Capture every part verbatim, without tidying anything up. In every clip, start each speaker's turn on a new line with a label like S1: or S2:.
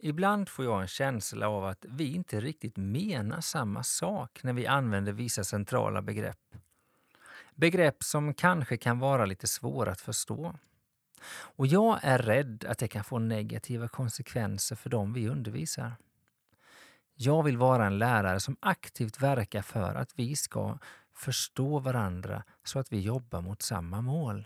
S1: Ibland får jag en känsla av att vi inte riktigt menar samma sak när vi använder vissa centrala begrepp. Begrepp som kanske kan vara lite svåra att förstå. Och jag är rädd att det kan få negativa konsekvenser för dem vi undervisar. Jag vill vara en lärare som aktivt verkar för att vi ska förstå varandra så att vi jobbar mot samma mål.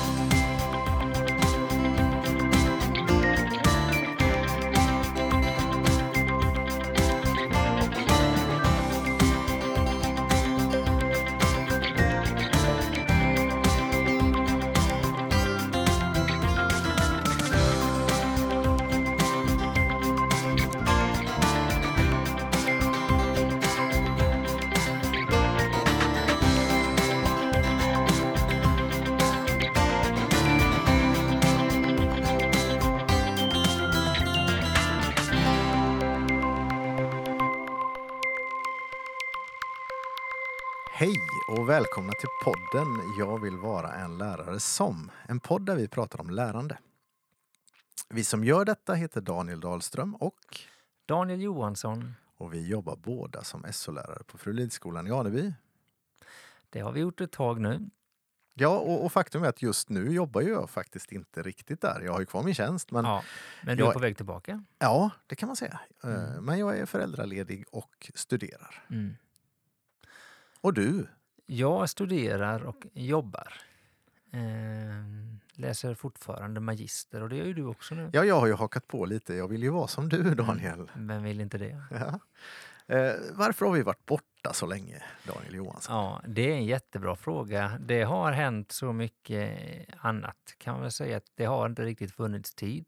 S2: Hej och välkomna till podden Jag vill vara en lärare som. En podd där vi pratar om lärande. Vi som gör detta heter Daniel Dahlström och
S1: Daniel Johansson.
S2: Och vi jobbar båda som S O-lärare på Frölundaskolan i Aneby.
S1: Det har vi gjort ett tag nu.
S2: Ja, och, och faktum är att just nu jobbar jag faktiskt inte riktigt där. Jag har ju kvar min tjänst. Men,
S1: ja, men du
S2: jag,
S1: är på väg tillbaka?
S2: Ja, det kan man säga.
S1: Mm.
S2: Men jag är föräldraledig och studerar.
S1: Mm.
S2: Och du?
S1: Jag studerar och jobbar. Eh, läser fortfarande magister och det gör ju du också nu.
S2: Ja, jag har ju hakat på lite. Jag vill ju vara som du, Daniel.
S1: Mm. Vem vill inte det?
S2: Ja. Eh, varför har vi varit borta så länge, Daniel Johansson?
S1: Ja, det är en jättebra fråga. Det har hänt så mycket annat. Kan man väl säga att det har inte riktigt funnits tid.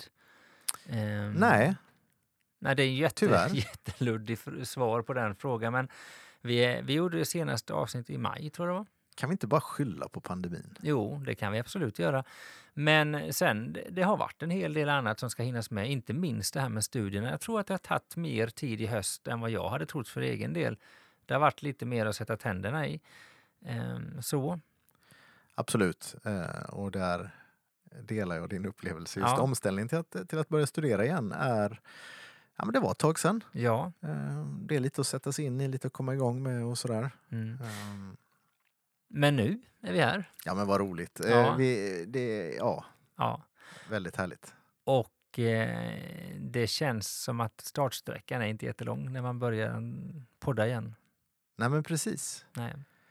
S1: Eh,
S2: Nej.
S1: Nej, det är en jätte,
S2: Tyvärr.
S1: jätteluddig svar på den frågan. Men vi, vi gjorde det senaste avsnittet i maj, tror jag det var.
S2: Kan vi inte bara skylla på pandemin?
S1: Jo, det kan vi absolut göra. Men sen, det, det har varit en hel del annat som ska hinnas med. Inte minst det här med studierna. Jag tror att det har tagit mer tid i höst än vad jag hade trott för egen del. Det har varit lite mer att sätta tänderna i. Ehm, så.
S2: Absolut. Eh, och där delar jag din upplevelse. Just
S1: Ja.
S2: omställningen till att, till att börja studera igen är... Ja, men det var ett tag sedan.
S1: Ja.
S2: Eh, det är lite att sätta sig in i, lite att komma igång med och sådär.
S1: Mm.
S2: Um,
S1: Men nu är vi här.
S2: ja, men vad roligt.
S1: Ja.
S2: Eh, vi, det, ja,
S1: Ja.
S2: väldigt härligt.
S1: Och eh, det känns som att startsträckan är inte jättelång när man börjar podda igen.
S2: Nej, men precis.
S1: Nej.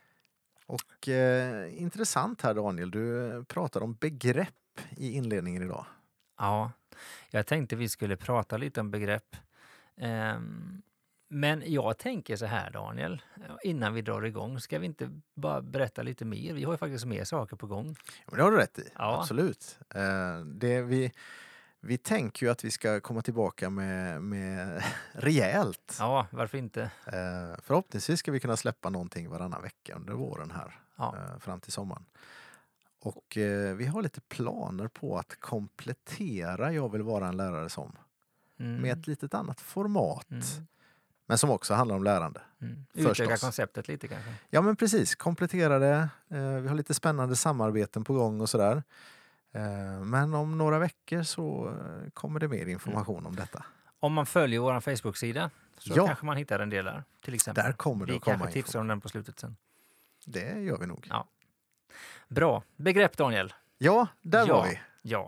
S2: Och eh, intressant här, Daniel. Du pratar om begrepp i inledningen idag.
S1: Ja, jag tänkte vi skulle prata lite om begrepp. Um, men jag tänker så här, Daniel, innan vi drar igång, ska vi inte bara berätta lite mer? Vi har ju faktiskt mer saker på gång.
S2: Ja, men det har du rätt i,
S1: Ja.
S2: absolut. Eh, det vi, vi tänker ju att vi ska komma tillbaka med, med rejält.
S1: Ja, varför inte?
S2: Eh, förhoppningsvis ska vi kunna släppa någonting varannan vecka under våren här,
S1: Ja.
S2: eh, fram till sommaren. Och eh, vi har lite planer på att komplettera Jag vill vara en lärare som.
S1: Mm.
S2: Med ett litet annat format.
S1: Mm.
S2: Men som också handlar om lärande.
S1: Mm.
S2: Förstås.
S1: Utöka konceptet lite kanske.
S2: Ja, men precis. Komplettera det. Eh, vi har lite spännande samarbeten på gång och sådär. Eh, men om några veckor så eh, kommer det mer information
S1: Mm.
S2: om detta.
S1: Om man följer vår Facebook-sida så
S2: Ja.
S1: kanske man hittar en del där, till exempel.
S2: Där kommer det
S1: vi
S2: att komma
S1: kanske tipsar
S2: information.
S1: om den på slutet sen.
S2: Det gör vi nog.
S1: Ja. Bra. Begrepp, Daniel.
S2: Ja, där
S1: ja.
S2: var vi.
S1: Ja.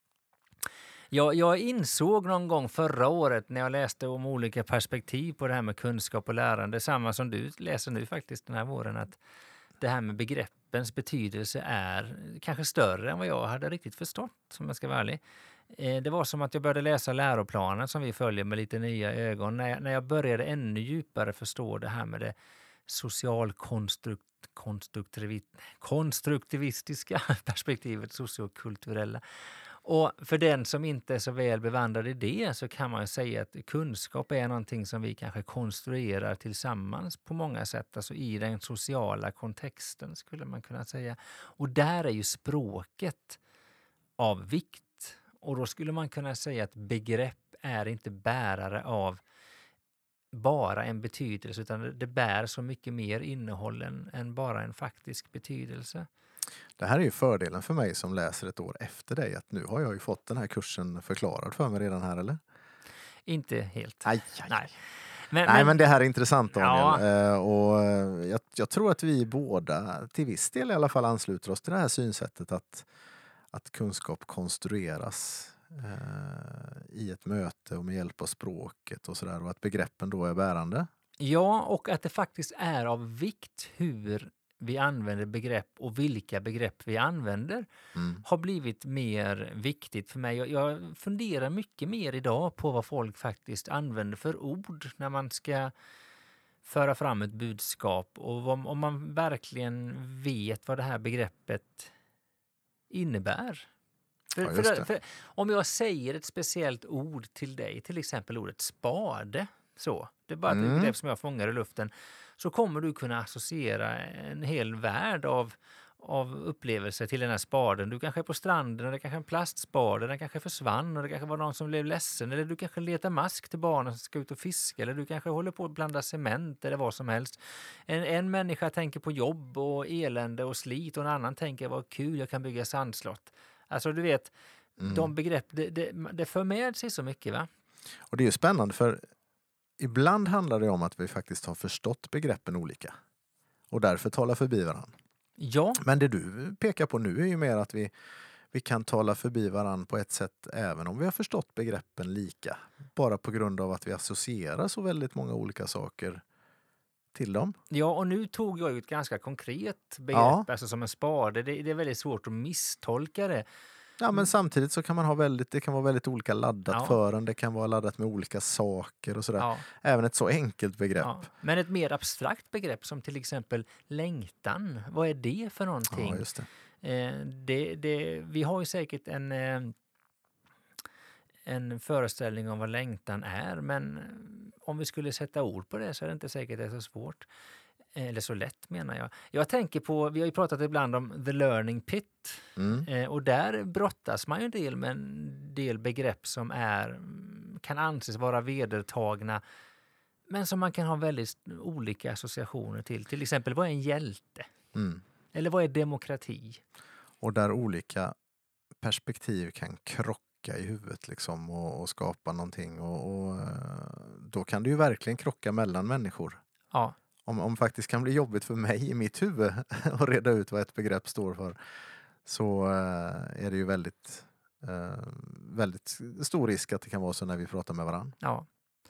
S1: Jag, jag insåg någon gång förra året när jag läste om olika perspektiv på det här med kunskap och lärande, samma som du läser nu faktiskt den här våren, att det här med begreppens betydelse är kanske större än vad jag hade riktigt förstått, som jag ska vara ärlig. Eh, det var som att jag började läsa läroplanen som vi följer med lite nya ögon, när jag, när jag började ännu djupare förstå det här med det socialkonstrukt konstruktivistiska perspektivet, sociokulturella. Och för den som inte är så väl bevandrad i det så kan man ju säga att kunskap är någonting som vi kanske konstruerar tillsammans på många sätt, alltså i den sociala kontexten skulle man kunna säga. Och där är ju språket av vikt. Och då skulle man kunna säga att begrepp är inte bärare av bara en betydelse, utan det bär så mycket mer innehåll än, än bara en faktisk betydelse.
S2: Det här är ju fördelen för mig som läser ett år efter dig, att nu har jag ju fått den här kursen förklarad för mig redan här, eller?
S1: Inte helt.
S2: Aj, aj.
S1: Nej. Men,
S2: Nej,
S1: men,
S2: men det här är intressant, Daniel.
S1: Ja.
S2: Eh, och eh, jag, jag tror att vi båda till viss del i alla fall ansluter oss till det här synsättet att, att kunskap konstrueras eh, i ett möte och med hjälp av språket och sådär, och att begreppen då är bärande.
S1: Ja, och att det faktiskt är av vikt hur vi använder begrepp och vilka begrepp vi använder
S2: Mm.
S1: har blivit mer viktigt för mig. Jag, jag funderar mycket mer idag på vad folk faktiskt använder för ord när man ska föra fram ett budskap, och vad, om man verkligen vet vad det här begreppet innebär. För,
S2: Ja, just
S1: för,
S2: det.
S1: för, om jag säger ett speciellt ord till dig, till exempel ordet spade, så, det är bara ett
S2: Mm.
S1: begrepp som jag fångar i luften, så kommer du kunna associera en hel värld av, av upplevelser till den här spaden. Du kanske är på stranden och det kanske är en plastspade, den kanske försvann och det kanske var någon som blev ledsen, eller du kanske letar mask till barnen som ska ut och fiska, eller du kanske håller på att blanda cement eller vad som helst. En, en människa tänker på jobb och elände och slit, och en annan tänker vad kul, jag kan bygga sandslott. Alltså du vet,
S2: Mm.
S1: de begrepp, det, det, det för med sig så mycket, va?
S2: Och det är ju spännande, för ibland handlar det om att vi faktiskt har förstått begreppen olika och därför talar förbi varandra.
S1: Ja,
S2: Men det du pekar på nu är ju mer att vi, vi kan tala förbi varandra på ett sätt även om vi har förstått begreppen lika. Bara på grund av att vi associerar så väldigt många olika saker till dem.
S1: ja, och nu tog jag ju ett ganska konkret begrepp,
S2: Ja.
S1: alltså som en spade. Det, det är väldigt svårt att misstolka det.
S2: Ja, men samtidigt så kan man ha väldigt, det kan vara väldigt olika laddat
S1: Ja.
S2: för en. Det kan vara laddat med olika saker och sådär.
S1: Ja,
S2: Även ett så enkelt begrepp.
S1: ja. Men ett mer abstrakt begrepp som till exempel längtan, vad är det för någonting?
S2: Ja, just det.
S1: Eh, det, det, vi har ju säkert en, eh, en föreställning om vad längtan är, men om vi skulle sätta ord på det så är det inte säkert det är så svårt. Eller så lätt, menar jag. Jag tänker på, vi har ju pratat ibland om the learning pit.
S2: Mm.
S1: Eh, och där brottas man ju en del med en del begrepp som är, kan anses vara vedertagna, men som man kan ha väldigt olika associationer till. Till exempel, vad är en hjälte?
S2: Mm.
S1: Eller vad är demokrati?
S2: Och där olika perspektiv kan krocka i huvudet liksom och, och skapa någonting. Och, och eh, då kan det ju verkligen krocka mellan människor.
S1: Ja,
S2: Om, om faktiskt kan bli jobbigt för mig i mitt huvud att reda ut vad ett begrepp står för, så eh, är det ju väldigt, eh, väldigt stor risk att det kan vara så när vi pratar med varandra.
S1: ja.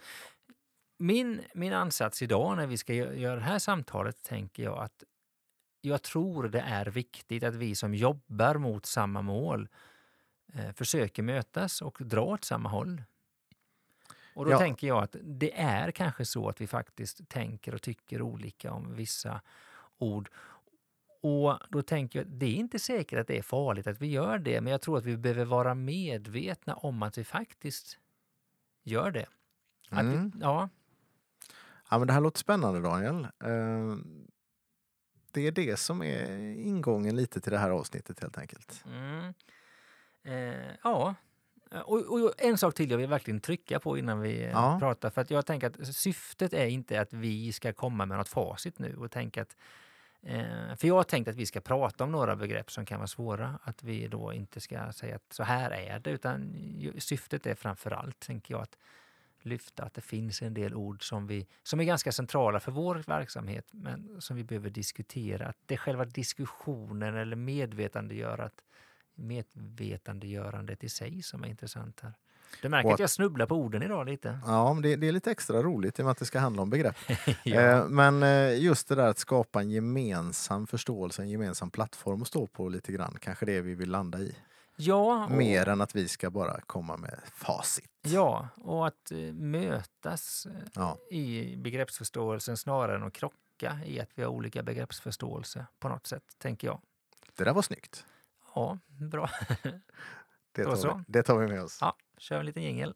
S1: Min, min ansats idag när vi ska gö- göra det här samtalet, tänker jag att jag tror det är viktigt att vi som jobbar mot samma mål eh, försöker mötas och dra åt samma håll. Och då
S2: Ja.
S1: tänker jag att det är kanske så att vi faktiskt tänker och tycker olika om vissa ord. Och då tänker jag att det är inte säkert att det är farligt att vi gör det, men jag tror att vi behöver vara medvetna om att vi faktiskt gör det. Att
S2: Mm.
S1: vi, ja,
S2: Ja, men det här låter spännande, Daniel. Eh, det är det som är ingången lite till det här avsnittet helt enkelt.
S1: mm, eh, ja. Och, och en sak till jag vill verkligen trycka på innan vi eh,
S2: Ja.
S1: pratar, för att jag tänker att syftet är inte att vi ska komma med något facit nu och tänka att eh, för jag har tänkt att vi ska prata om några begrepp som kan vara svåra, att vi då inte ska säga att så här är det, utan ju- syftet är framförallt, tänker jag, att lyfta att det finns en del ord som, vi, som är ganska centrala för vår verksamhet, men som vi behöver diskutera. Att det är själva diskussionen eller medvetandegörat, medvetandegörandet i sig som är intressant här. Du märker
S2: Och
S1: att jag snubblar på orden idag lite.
S2: Ja, men det, det är lite extra roligt i och med att det ska handla om begrepp.
S1: Ja.
S2: Eh, men eh, just det där att skapa en gemensam förståelse, en gemensam plattform att stå på lite grann, kanske det vi vill landa i.
S1: Ja, och,
S2: Mer än att vi ska bara komma med facit.
S1: ja, och att eh, mötas eh,
S2: Ja.
S1: i begreppsförståelsen snarare än att krocka i att vi har olika begreppsförståelse på något sätt, tänker jag.
S2: Det där var snyggt.
S1: Ja, bra.
S2: Det
S1: Då
S2: tar,
S1: så.
S2: vi, det tar vi med oss.
S1: Ja, kör en liten jingel.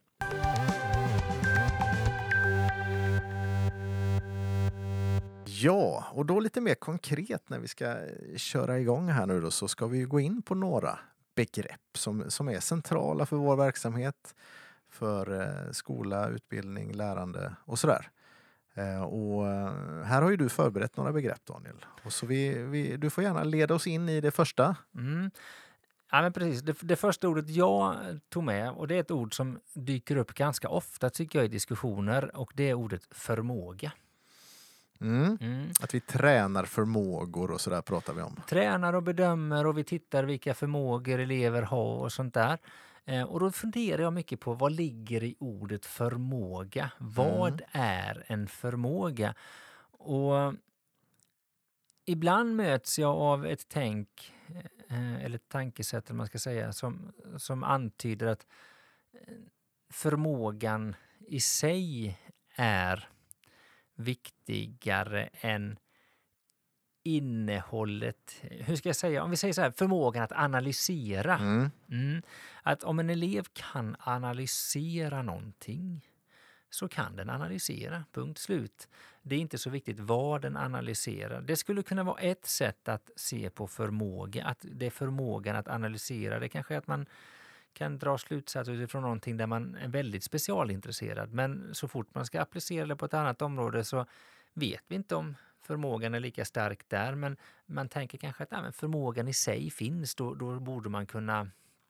S2: Ja, och då lite mer konkret när vi ska köra igång här nu då, så ska vi ju gå in på några begrepp som, som är centrala för vår verksamhet, för eh, skola, utbildning, lärande och sådär. Eh, och eh, här har ju du förberett några begrepp, Daniel. Och så vi, vi, du får gärna leda oss in i det första.
S1: Mm. Ja, men precis. Det, det första ordet jag tog med, och det är ett ord som dyker upp ganska ofta tycker jag i diskussioner, och det är ordet förmåga.
S2: Mm.
S1: Mm.
S2: Att vi tränar förmågor och sådär pratar vi om.
S1: Tränar och bedömer och vi tittar vilka förmågor elever har och sånt där. Eh, och då funderar jag mycket på vad ligger i ordet förmåga? Vad
S2: Mm.
S1: är en förmåga? Och ibland möts jag av ett tänk, eh, eller ett tankesätt eller man ska säga, som, som antyder att eh, förmågan i sig är viktigare än innehållet. Hur ska jag säga? Om vi säger så här, förmågan att analysera.
S2: Mm.
S1: Mm. Att om en elev kan analysera någonting så kan den analysera, punkt slut. Det är inte så viktigt vad den analyserar. Det skulle kunna vara ett sätt att se på förmåga, att det är förmågan att analysera. Det kanske är att man kan dra slutsatser utifrån någonting där man är väldigt specialintresserad. Men så fort man ska applicera det på ett annat område så vet vi inte om förmågan är lika stark där. Men man tänker kanske att ja, men förmågan i sig finns, då, då borde man kunna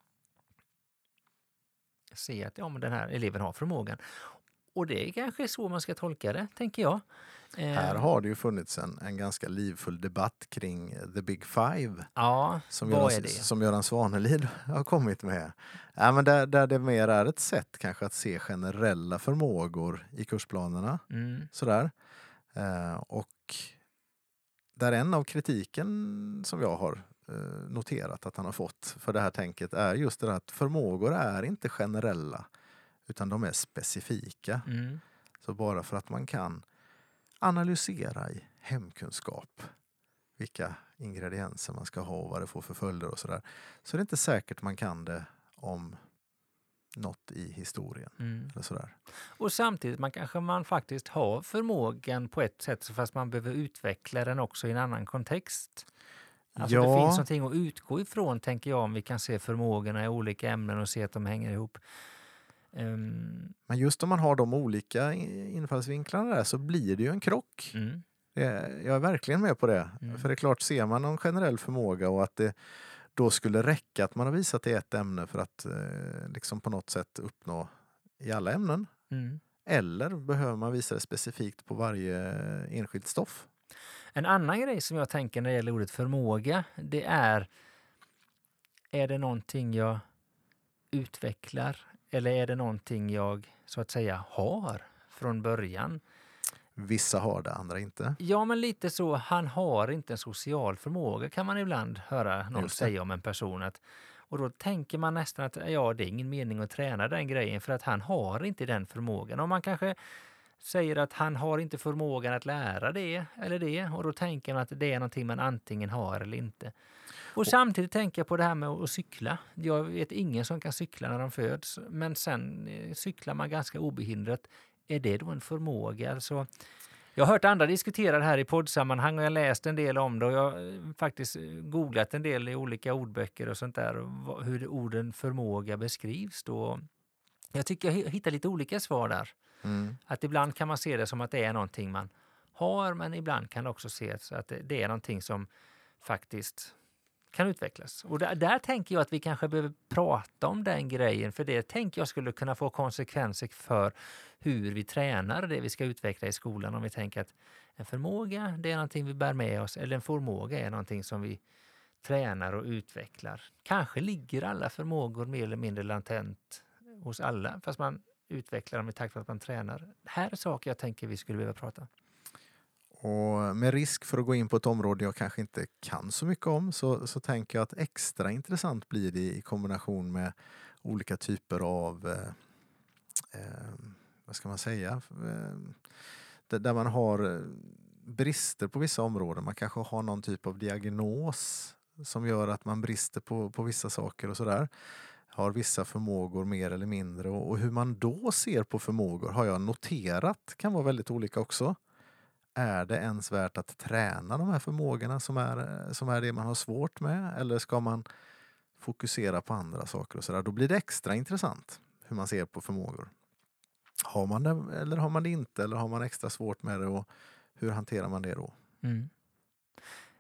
S1: se att ja, men den här eleven har förmågan. Och det är kanske så man ska tolka det, tänker jag. Eh,
S2: Här har det ju funnits en, en ganska livfull debatt kring The Big Five.
S1: Ja,
S2: Som
S1: vad
S2: Göran,
S1: är det?
S2: som Göran Svanelid har kommit med. Ja, men där, där det mer är ett sätt kanske att se generella förmågor i kursplanerna.
S1: Mm.
S2: Sådär. Eh, och där en av kritiken som jag har eh, noterat att han har fått för det här tänket är just det där att förmågor är inte generella utan de är specifika.
S1: Mm.
S2: Så bara för att man kan analysera i hemkunskap vilka ingredienser man ska ha och vad det får för följder och sådär, så är det inte säkert man kan det om något i historien.
S1: Mm.
S2: Eller sådär.
S1: Och samtidigt man kanske man faktiskt har förmågan på ett sätt fast man behöver utveckla den också i en annan kontext. Alltså
S2: Ja.
S1: det finns någonting att utgå ifrån, tänker jag, om vi kan se förmågorna i olika ämnen och se att de hänger ihop. Um,
S2: Men just om man har de olika infallsvinklarna där så blir det ju en krock.
S1: mm.
S2: Jag är verkligen med på det.
S1: Mm.
S2: För det är klart, ser man någon generell förmåga och att det då skulle räcka att man har visat det i ett ämne för att eh, liksom på något sätt uppnå i alla ämnen.
S1: Mm.
S2: Eller behöver man visa det specifikt på varje enskilt stoff?
S1: En annan grej som jag tänker när det gäller ordet förmåga, det är är det någonting jag utvecklar eller är det någonting jag så att säga har från början?
S2: Vissa har det, andra inte.
S1: Ja, men lite så. Han har inte en social förmåga kan man ibland höra någon säga om en person. Att, och då tänker man nästan att ja, det är ingen mening att träna den grejen för att han har inte den förmågan. Och man kanske säger att han har inte förmågan att lära det eller det. Och då tänker man att det är någonting man antingen har eller inte. Och samtidigt tänker jag på det här med att cykla. Jag vet ingen som kan cykla när de föds. Men sen cyklar man ganska obehindrat. Är det då en förmåga? Alltså, jag har hört andra diskutera det här i poddsammanhang och jag har läst en del om det. Och jag har faktiskt googlat en del i olika ordböcker och sånt där. Och hur orden förmåga beskrivs då. Jag tycker jag hittar lite olika svar där.
S2: Mm.
S1: Att ibland kan man se det som att det är någonting man har. Men ibland kan det också ses att det är någonting som faktiskt kan utvecklas. Och där, där tänker jag att vi kanske behöver prata om den grejen. För det tänker jag skulle kunna få konsekvenser för hur vi tränar det vi ska utveckla i skolan. Om vi tänker att en förmåga det är någonting vi bär med oss. Eller en förmåga är någonting som vi tränar och utvecklar. Kanske ligger alla förmågor mer eller mindre latent hos alla. Fast man utvecklar dem i takt med att man tränar. Här är saker jag tänker vi skulle behöva prata.
S2: Och med risk för att gå in på ett område jag kanske inte kan så mycket om så, så tänker jag att extra intressant blir det i kombination med olika typer av eh, eh, vad ska man säga eh, där man har brister på vissa områden. Man kanske har någon typ av diagnos som gör att man brister på, på vissa saker och sådär. Har vissa förmågor mer eller mindre och, och hur man då ser på förmågor har jag noterat kan vara väldigt olika också. Är det ens värt att träna de här förmågorna som är, som är det man har svårt med? Eller ska man fokusera på andra saker och sådär? Då blir det extra intressant hur man ser på förmågor. Har man det eller har man det inte? Eller har man extra svårt med det och hur hanterar man det då?
S1: Mm.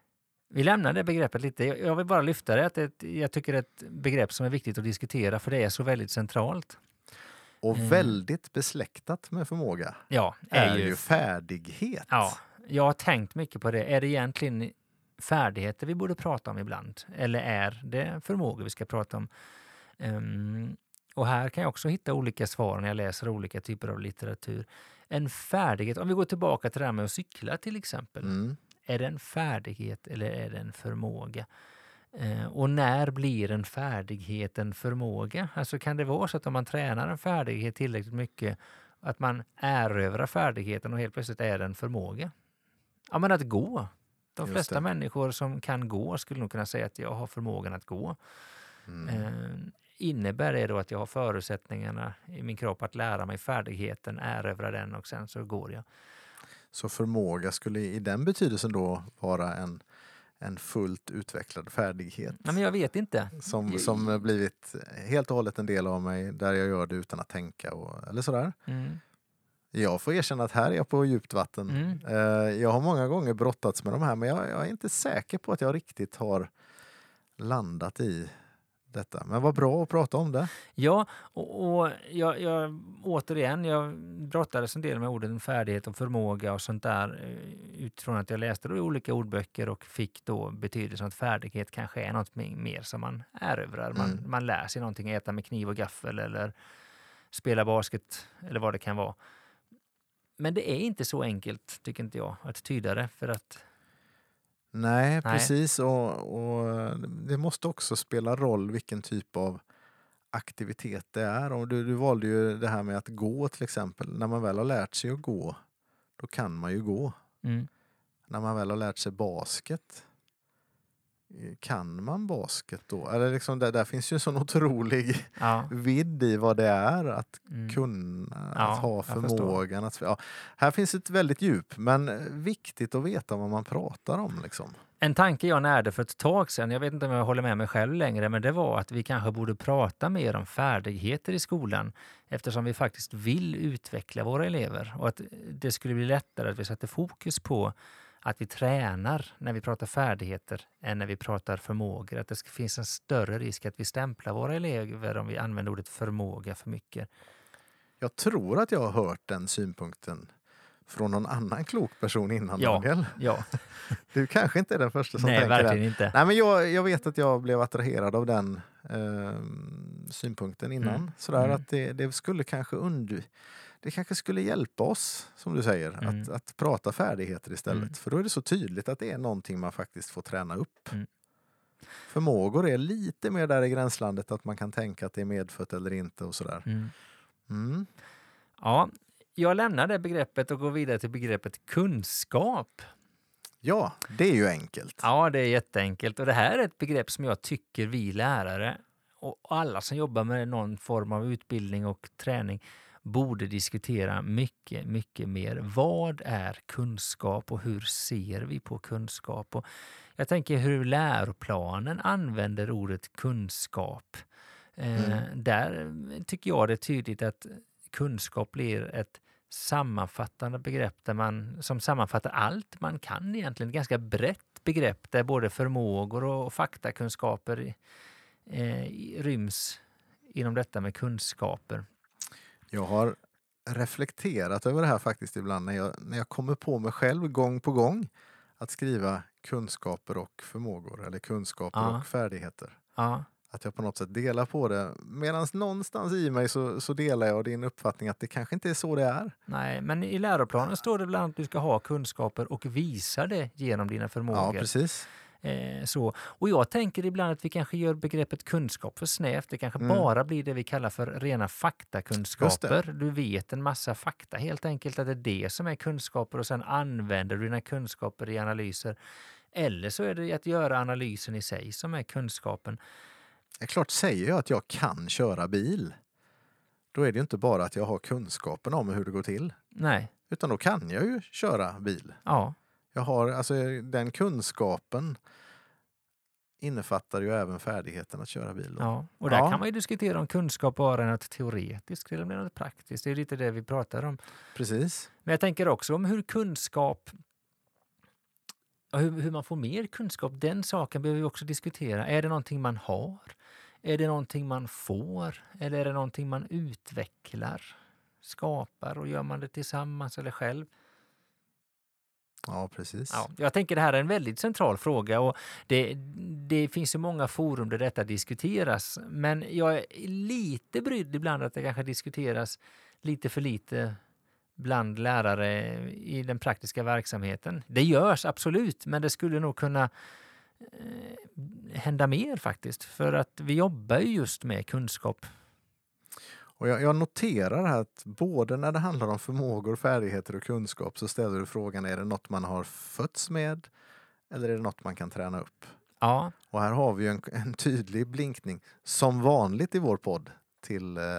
S1: Vi lämnar det begreppet lite. Jag jag vill bara lyfta det. Att det jag tycker det är ett begrepp som är viktigt att diskutera för det är så väldigt centralt.
S2: Och
S1: Mm.
S2: väldigt besläktat med förmåga
S1: Ja,
S2: är,
S1: är
S2: ju,
S1: ju
S2: färdighet.
S1: Ja, jag har tänkt mycket på det. Är det egentligen färdigheter vi borde prata om ibland? Eller är det förmågor vi ska prata om? Um, och här kan jag också hitta olika svar när jag läser olika typer av litteratur. En färdighet, om vi går tillbaka till det här med att cykla till exempel.
S2: Mm.
S1: Är det en färdighet eller är det en förmåga? Eh, och när blir en färdighet en förmåga? Alltså kan det vara så att om man tränar en färdighet tillräckligt mycket att man erövrar färdigheten och helt plötsligt är det en förmåga? Ja, men att gå. De
S2: Just
S1: flesta
S2: det.
S1: människor som kan gå skulle nog kunna säga att jag har förmågan att gå.
S2: Mm.
S1: Eh, innebär det då att jag har förutsättningarna i min kropp att lära mig färdigheten, erövra den och sen så går jag?
S2: Så förmåga skulle i den betydelsen då vara en, en fullt utvecklad färdighet.
S1: Ja, men jag vet inte.
S2: Som, som blivit helt och hållet en del av mig där jag gör det utan att tänka och, eller sådär.
S1: Mm.
S2: Jag får erkänna att här är jag på djupt vatten.
S1: Mm.
S2: Eh, Jag har många gånger brottats med de här men jag, jag är inte säker på att jag riktigt har landat i detta. Men vad bra att prata om det.
S1: Ja, och, och jag, jag, återigen, jag brottades en del med orden färdighet och förmåga och sånt där eh, utifrån att jag läste då i olika ordböcker och fick då betydelsen att färdighet kanske är något mer som man erövrar. Man,
S2: Mm.
S1: man lär sig någonting, äta med kniv och gaffel eller spela basket eller vad det kan vara. Men det är inte så enkelt, tycker inte jag, att tyda det för att
S2: Nej,
S1: Nej.
S2: precis. Och, och det måste också spela roll vilken typ av aktivitet det är. Och du, du valde ju det här med att gå till exempel. När man väl har lärt sig att gå, då kan man ju gå.
S1: mm,
S2: När man väl har lärt sig basket, kan man basket då? Eller liksom där, där finns ju en sån otrolig
S1: ja,
S2: vidd i vad det är att
S1: mm,
S2: kunna,
S1: Ja,
S2: att ha
S1: jag
S2: förmågan. Att, ja, här finns ett väldigt djup, men viktigt att veta vad man pratar om. Liksom.
S1: En tanke jag närde för ett tag sedan, jag vet inte om jag håller med mig själv längre, men det var att vi kanske borde prata mer om färdigheter i skolan eftersom vi faktiskt vill utveckla våra elever och att det skulle bli lättare att vi sätter fokus på att vi tränar när vi pratar färdigheter än när vi pratar förmågor. Att det finns en större risk att vi stämplar våra elever om vi använder ordet förmåga för mycket.
S2: Jag tror att jag har hört den synpunkten från någon annan klok person innan,
S1: Ja,
S2: Daniel.
S1: ja.
S2: Du kanske inte är den första som
S1: Nej,
S2: tänker
S1: verkligen
S2: det.
S1: inte.
S2: Nej, men jag, jag vet att jag blev attraherad av den eh, synpunkten innan.
S1: Mm.
S2: Sådär
S1: Mm.
S2: att det, det skulle kanske und- det kanske skulle hjälpa oss, som du säger,
S1: Mm.
S2: att, att prata färdigheter istället.
S1: Mm.
S2: För då är det så tydligt att det är någonting man faktiskt får träna upp.
S1: Mm.
S2: Förmågor är lite mer där i gränslandet att man kan tänka att det är medfött eller inte och sådär.
S1: Mm.
S2: Mm.
S1: Ja, jag lämnar det begreppet och går vidare till begreppet kunskap.
S2: Ja, det är ju enkelt.
S1: Ja, det är jätteenkelt. Och det här är ett begrepp som jag tycker vi lärare och alla som jobbar med någon form av utbildning och träning borde diskutera mycket, mycket mer. Vad är kunskap och hur ser vi på kunskap? Och jag tänker hur läroplanen använder ordet kunskap. Eh,
S2: Mm.
S1: Där tycker jag det är tydligt att kunskap blir ett sammanfattande begrepp där man, som sammanfattar allt man kan egentligen. Ett ganska brett begrepp där både förmågor och faktakunskaper eh, ryms inom detta med kunskaper.
S2: Jag har reflekterat över det här faktiskt ibland när jag, när jag kommer på mig själv gång på gång att skriva kunskaper och förmågor eller kunskaper
S1: Ja.
S2: och färdigheter.
S1: Ja,
S2: Att jag på något sätt delar på det. Medan någonstans i mig så, så delar jag din uppfattning att det kanske inte är så det är.
S1: nej, men i läroplanen står det bland annat att du ska ha kunskaper och visa det genom dina
S2: Ja,
S1: förmågor.
S2: precis.
S1: Eh, så. Och jag tänker ibland att vi kanske gör begreppet kunskap för snävt. Det kanske
S2: Mm.
S1: bara blir det vi kallar för rena faktakunskaper. Du vet en massa fakta helt enkelt att det är det som är kunskaper och sen använder du dina kunskaper i analyser. Eller så är det att göra analysen i sig som är kunskapen.
S2: Det är klart, säger jag att jag kan köra bil, då är det ju inte bara att jag har kunskapen om hur det går till.
S1: Nej,
S2: Utan då kan jag ju köra bil.
S1: ja,
S2: Jag har, alltså den kunskapen innefattar ju även färdigheten att köra bil. Då.
S1: ja. Och där
S2: Ja.
S1: kan man ju diskutera om kunskap bara är något teoretiskt eller något praktiskt. Det är lite det vi pratar om.
S2: Precis.
S1: Men jag tänker också om hur kunskap Och hur, hur man får mer kunskap, den saken behöver vi också diskutera. Är det någonting man har? Är det någonting man får? Eller är det någonting man utvecklar, skapar, och gör man det tillsammans eller själv?
S2: Ja, precis.
S1: Ja, jag tänker det här är en väldigt central fråga, och det, det finns ju många forum där detta diskuteras. Men jag är lite brydd ibland att det kanske diskuteras lite för lite bland lärare i den praktiska verksamheten. Det görs absolut, men det skulle nog kunna eh, hända mer faktiskt. För att vi jobbar ju just med kunskap.
S2: Och jag, jag noterar här att både när det handlar om förmågor, färdigheter och kunskap så ställer du frågan, är det något man har fötts med eller är det något man kan träna upp?
S1: Ja.
S2: Och här har vi ju en, en tydlig blinkning, som vanligt i vår podd, till eh,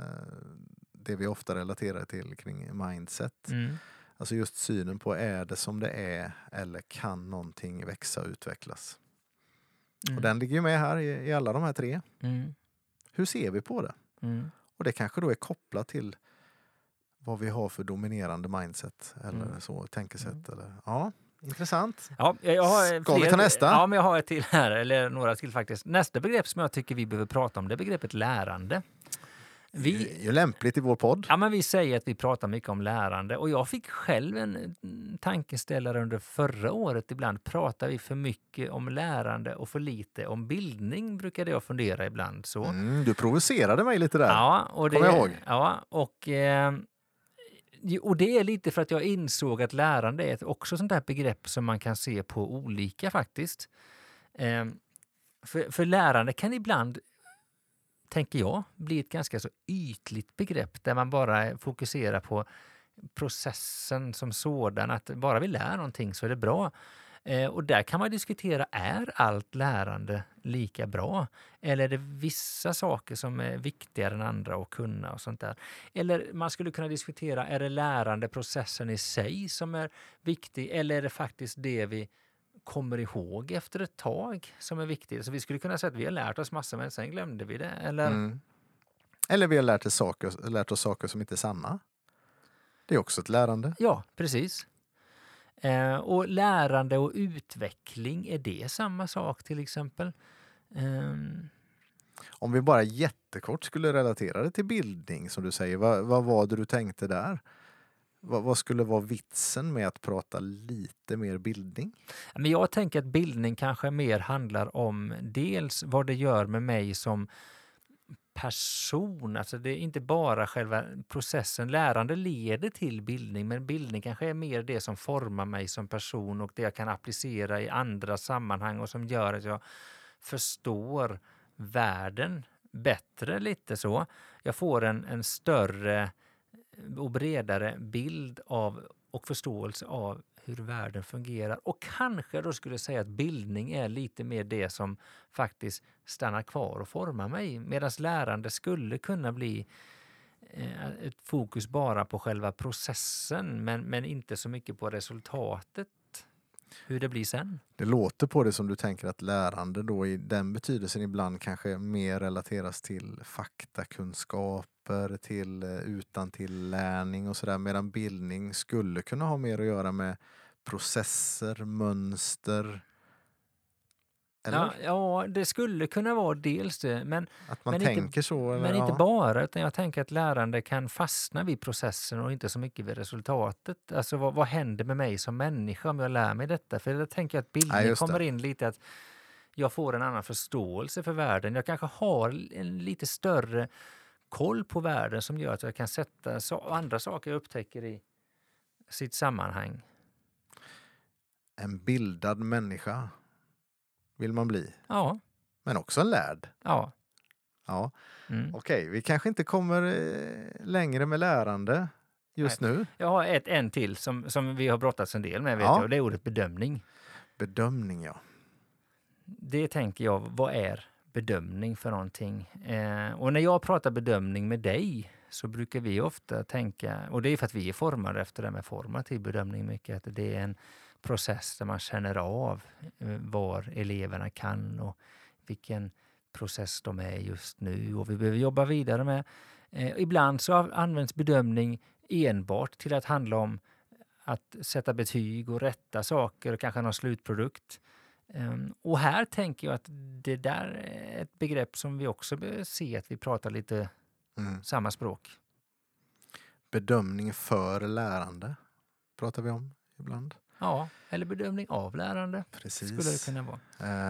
S2: det vi ofta relaterar till kring mindset.
S1: Mm.
S2: Alltså just synen på, är det som det är eller kan någonting växa och utvecklas?
S1: Mm.
S2: Och den ligger ju med här i, i alla de här tre.
S1: Mm.
S2: Hur ser vi på det?
S1: Mm.
S2: Och det kanske då är kopplat till vad vi har för dominerande mindset eller
S1: Mm.
S2: så, tänkesätt.
S1: Mm.
S2: Eller, ja, intressant.
S1: Ja, jag har
S2: Ska vi
S1: fler-
S2: ta nästa?
S1: Ja, men jag har ett till här, eller några till faktiskt. Nästa begrepp som jag tycker vi behöver prata om, det är begreppet lärande. Vi,
S2: Det är ju lämpligt i vår podd.
S1: ja, men vi säger att vi pratar mycket om lärande, och jag fick själv en mm, tankeställare under förra året. Ibland pratar vi för mycket om lärande och för lite om bildning, brukade jag fundera ibland. Så.
S2: Mm, du provocerade mig lite där.
S1: Ja, och det,
S2: Kommer jag ihåg.
S1: Ja, och, eh, och det är lite för att jag insåg att lärande är ett också sånt här begrepp som man kan se på olika faktiskt. Eh, för, för lärande kan ibland, tänker jag, bli ett ganska så ytligt begrepp där man bara fokuserar på processen som sådan, att bara vi lär någonting så är det bra. Eh, och där kan man diskutera, är allt lärande lika bra? Eller är det vissa saker som är viktigare än andra att kunna och sånt där? Eller man skulle kunna diskutera, är det lärande processen i sig som är viktig, eller är det faktiskt det vi kommer ihåg efter ett tag som är viktigt? Så vi skulle kunna säga att vi har lärt oss massor, men sen glömde vi det. Eller,
S2: Mm. Eller vi har lärt oss, saker, lärt oss saker som inte är sanna. Det är också ett lärande.
S1: Ja, precis. Eh, och lärande och utveckling, är det samma sak till exempel? Ehm,
S2: Om vi bara jättekort skulle relatera det till bildning, som du säger, vad, vad var det du tänkte där? Vad, vad skulle vara vitsen med att prata lite mer bildning?
S1: Men jag tänker att bildning kanske mer handlar om dels vad det gör med mig som person. Alltså det är inte bara själva processen. Lärande leder till bildning, men bildning kanske är mer det som formar mig som person och det jag kan applicera i andra sammanhang och som gör att jag förstår världen bättre, lite så. Jag får en, en större och bredare bild av och förståelse av hur världen fungerar. Och kanske då skulle jag säga att bildning är lite mer det som faktiskt stannar kvar och formar mig. Medan lärande skulle kunna bli eh, ett fokus bara på själva processen, men, men inte så mycket på resultatet. Hur det blir sen.
S2: Det låter på det som du tänker att lärande då i den betydelsen ibland kanske mer relateras till faktakunskaper, till utan till lärning och sådär, medan bildning skulle kunna ha mer att göra med processer, mönster. Eller?
S1: Ja, ja, det skulle kunna vara dels det, men,
S2: Att man
S1: men
S2: tänker
S1: inte,
S2: så? Eller?
S1: men inte
S2: Ja.
S1: bara, utan jag tänker att lärande kan fastna vid processen och inte så mycket vid resultatet. Alltså vad, vad händer med mig som människa om jag lär mig detta? För jag tänker att bildning
S2: Ja, just det.
S1: kommer in lite att jag får en annan förståelse för världen. Jag kanske har en lite större koll på världen som gör att jag kan sätta så, andra saker jag upptäcker i sitt sammanhang.
S2: En bildad människa vill man bli,
S1: Ja,
S2: men också en lärd.
S1: ja.
S2: Ja.
S1: Mm.
S2: Okej, vi kanske inte kommer eh, längre med lärande just nu.
S1: Jag har ett en till som, som vi har brottats en del med, vet
S2: Ja.
S1: jag, och det är ordet bedömning.
S2: Bedömning, ja.
S1: Det tänker jag, vad är bedömning för någonting? Eh, och när jag pratar bedömning med dig så brukar vi ofta tänka, och det är för att vi är formade efter det med formativ bedömning mycket, att det är en process där man känner av eh, var eleverna kan och vilken process de är just nu och vi behöver jobba vidare med. Eh, ibland så används bedömning enbart till att handla om att sätta betyg och rätta saker och kanske någon slutprodukt. Um, och här tänker jag att det där är ett begrepp som vi också bör se att vi pratar lite
S2: Mm.
S1: samma språk.
S2: Bedömning för lärande pratar vi om ibland.
S1: Ja, eller bedömning av lärande.
S2: Precis.
S1: Skulle det kunna vara.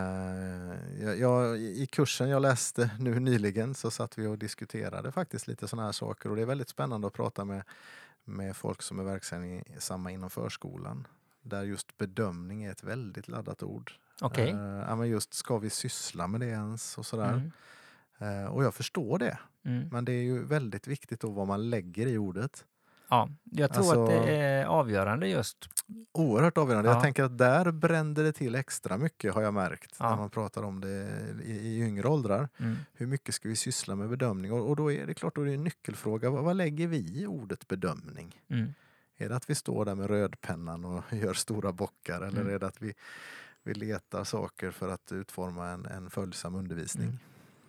S2: Uh, jag, jag, I kursen jag läste nu nyligen så satt vi och diskuterade faktiskt lite sådana här saker. Och det är väldigt spännande att prata med, med folk som är verksamma inom förskolan. Där just bedömning är ett väldigt laddat ord.
S1: Okej.
S2: Uh, ja, men just ska vi syssla med det ens och sådär.
S1: Mm.
S2: Uh, och jag förstår det.
S1: Mm.
S2: Men det är ju väldigt viktigt då vad man lägger i ordet.
S1: Ja, jag tror
S2: Alltså-
S1: att det är avgörande just.
S2: Oerhört avgörande.
S1: Ja.
S2: Jag tänker att där brände det till extra mycket har jag märkt.
S1: Ja.
S2: När man pratar om det i, i yngre åldrar.
S1: Mm.
S2: Hur mycket ska vi syssla med bedömning? Och, och då är det klart, då är det en nyckelfråga. Vad, vad lägger vi i ordet bedömning?
S1: Mm.
S2: Är det att vi står där med rödpennan och gör stora bockar? Eller
S1: Mm.
S2: är det att vi, vi letar saker för att utforma en, en följsam undervisning?
S1: Mm.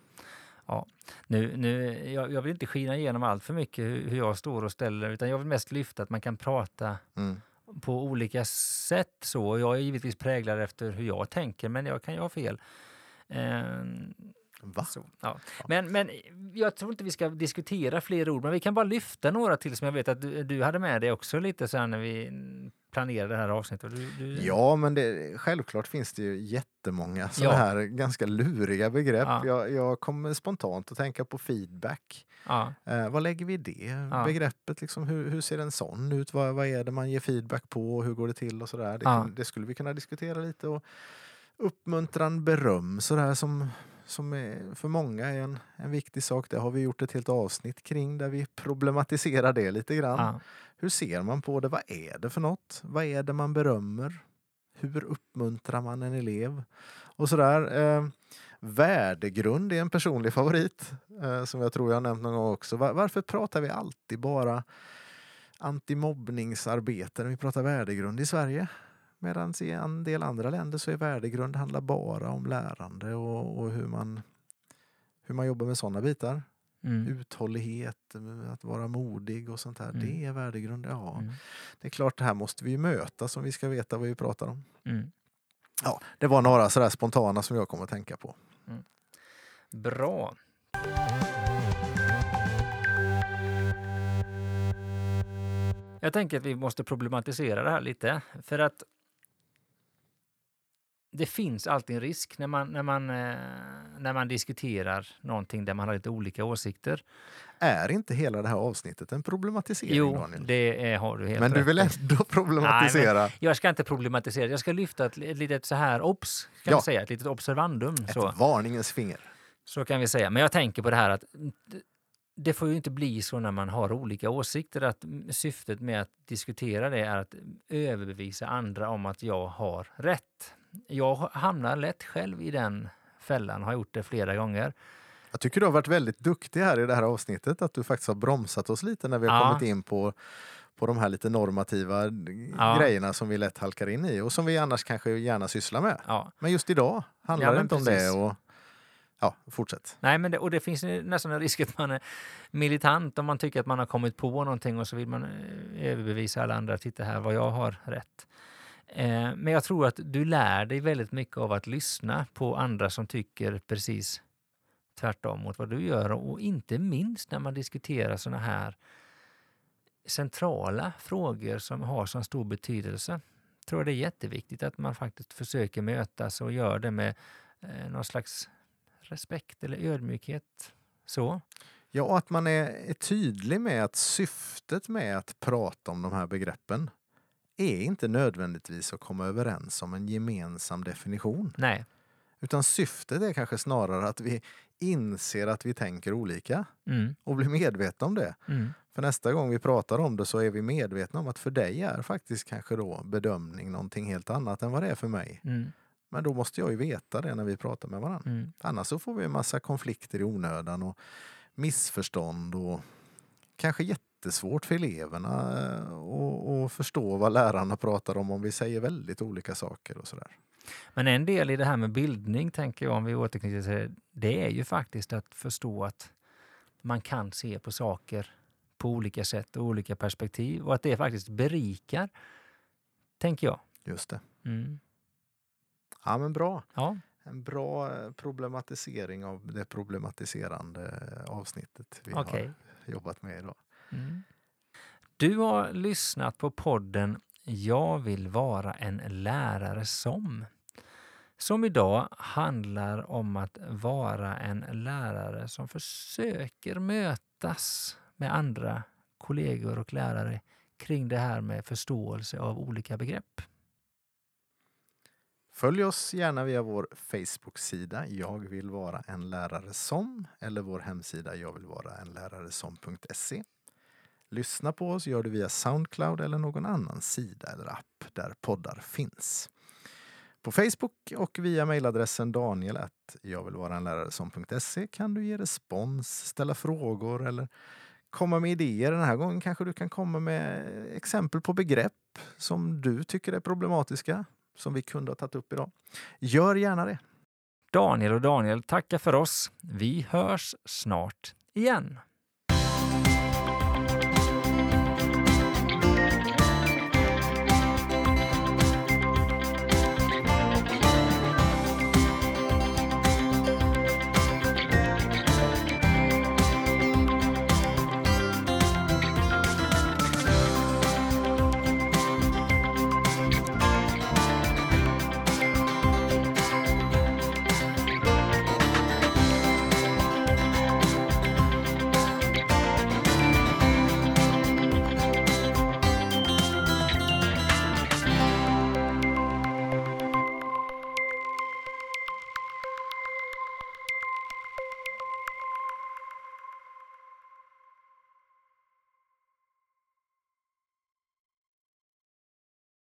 S1: Ja, nu, nu, jag, jag vill inte skina igenom allt för mycket hur, hur jag står och ställer, utan jag vill mest lyfta att man kan prata
S2: Mm.
S1: på olika sätt. Så jag är givetvis präglad efter hur jag tänker, men jag kan ju ha fel. Ehm,
S2: Va?
S1: så, ja. men, men jag tror inte vi ska diskutera fler ord, men vi kan bara lyfta några till som jag vet att du, du hade med dig också lite så här när vi planerade det här avsnittet. Du, du...
S2: Ja, men det, självklart finns det ju jättemånga sådana
S1: Ja.
S2: här ganska luriga begrepp.
S1: Ja.
S2: Jag, jag kommer spontant att tänka på feedback.
S1: Ja,
S2: Eh, vad lägger vi i det
S1: Ja.
S2: begreppet? Liksom, hur, hur ser en sån ut? Vad, vad är det man ger feedback på? Hur går det till? Och sådär. Det,
S1: Ja.
S2: kun, det skulle vi kunna diskutera lite. Och uppmuntran, beröm, sådär som, som är, för många är en, en viktig sak. Det har vi gjort ett helt avsnitt kring där vi problematiserar det lite grann.
S1: ja,
S2: Hur ser man på det? Vad är det för något? Vad är det man berömmer? Hur uppmuntrar man en elev? Och sådär. Eh, värdegrund är en personlig favorit. Eh, som jag tror jag har nämnt någon gång också. Var, varför pratar vi alltid bara antimobbningsarbete när vi pratar värdegrund i Sverige? Medan i en del andra länder så är värdegrund handlar bara om lärande och, och hur, man, hur man jobbar med sådana bitar.
S1: mm,
S2: Uthållighet, att vara modig och sånt här.
S1: Mm.
S2: Det är värdegrund. Ja,
S1: mm,
S2: det är klart, det här måste vi ju mötas om vi ska veta vad vi pratar om.
S1: mm.
S2: Ja, det var några sådär spontana som jag kommer att tänka på.
S1: Bra. Jag tänker att vi måste problematisera det här lite. För att det finns alltid en risk när man, när man, eh, när man diskuterar någonting där man har lite olika åsikter.
S2: Är inte hela det här avsnittet en problematisering,
S1: Jo,
S2: Daniel?
S1: det är, har du helt
S2: Men du
S1: rätt
S2: vill
S1: i.
S2: ändå problematisera?
S1: Nej, Jag ska inte problematisera. Jag ska lyfta ett, ett litet så här obs, kan
S2: Ja.
S1: vi säga, ett litet observandum.
S2: Ett
S1: Så.
S2: varningens finger.
S1: Så kan vi säga. Men jag tänker på det här att det får ju inte bli så när man har olika åsikter att syftet med att diskutera det är att överbevisa andra om att jag har rätt. Jag hamnar lätt själv i den fällan, har gjort det flera gånger.
S2: Jag tycker du har varit väldigt duktig här i det här avsnittet. Att du faktiskt har bromsat oss lite när vi har
S1: Ja.
S2: kommit in på, på de här lite normativa
S1: Ja.
S2: grejerna som vi lätt halkar in i. Och som vi annars kanske gärna sysslar med.
S1: Ja.
S2: Men just idag handlar
S1: Ja,
S2: det
S1: men
S2: inte om
S1: precis.
S2: det. Och, ja, fortsätt.
S1: Nej, men det, och det finns ju nästan en risk att man är militant om man tycker att man har kommit på någonting och så vill man eh, överbevisa alla andra. Titta här vad jag har rätt. Eh, men jag tror att du lär dig väldigt mycket av att lyssna på andra som tycker precis tvärtom mot vad du gör. Och inte minst när man diskuterar såna här centrala frågor som har så stor betydelse. Jag tror det är jätteviktigt att man faktiskt försöker mötas och gör det med eh, någon slags respekt eller ödmjukhet. Så.
S2: Ja, och att man är, är tydlig med att syftet med att prata om de här begreppen är inte nödvändigtvis att komma överens om en gemensam definition.
S1: Nej.
S2: Utan syftet är kanske snarare att vi inser att vi tänker olika
S1: Mm.
S2: och blir medvetna om det.
S1: Mm.
S2: För nästa gång vi pratar om det så är vi medvetna om att för dig är faktiskt kanske då bedömning någonting helt annat än vad det är för mig.
S1: Mm.
S2: Men då måste jag ju veta det när vi pratar med varandra.
S1: Mm.
S2: Annars så får vi en massa konflikter i onödan och missförstånd och kanske jättesvårt för eleverna att förstå vad lärarna pratar om om vi säger väldigt olika saker och sådär.
S1: Men en del i det här med bildning, tänker jag, om vi återknyter till det, det är ju faktiskt att förstå att man kan se på saker på olika sätt och olika perspektiv och att det faktiskt berikar tänker jag.
S2: Just det.
S1: Mm.
S2: Ja, men bra.
S1: Ja.
S2: En bra problematisering av det problematiserande avsnittet vi
S1: Okej.
S2: har jobbat med idag.
S1: Mm. Du har lyssnat på podden Jag vill vara en lärare som. Som idag handlar om att vara en lärare som försöker mötas med andra kollegor och lärare kring det här med förståelse av olika begrepp.
S2: Följ oss gärna via vår Facebook-sida Jag vill vara en lärare som eller vår hemsida jag vill vara en lärare som punkt se. Lyssna på oss gör du via Soundcloud eller någon annan sida eller app där poddar finns. På Facebook och via mejladressen daniel at jag vill vara en lärare som punkt se kan du ge respons, ställa frågor eller komma med idéer. Den här gången kanske du kan komma med exempel på begrepp som du tycker är problematiska som vi kunde ha tagit upp idag. Gör gärna det.
S1: Daniel och Daniel tackar för oss. Vi hörs snart igen.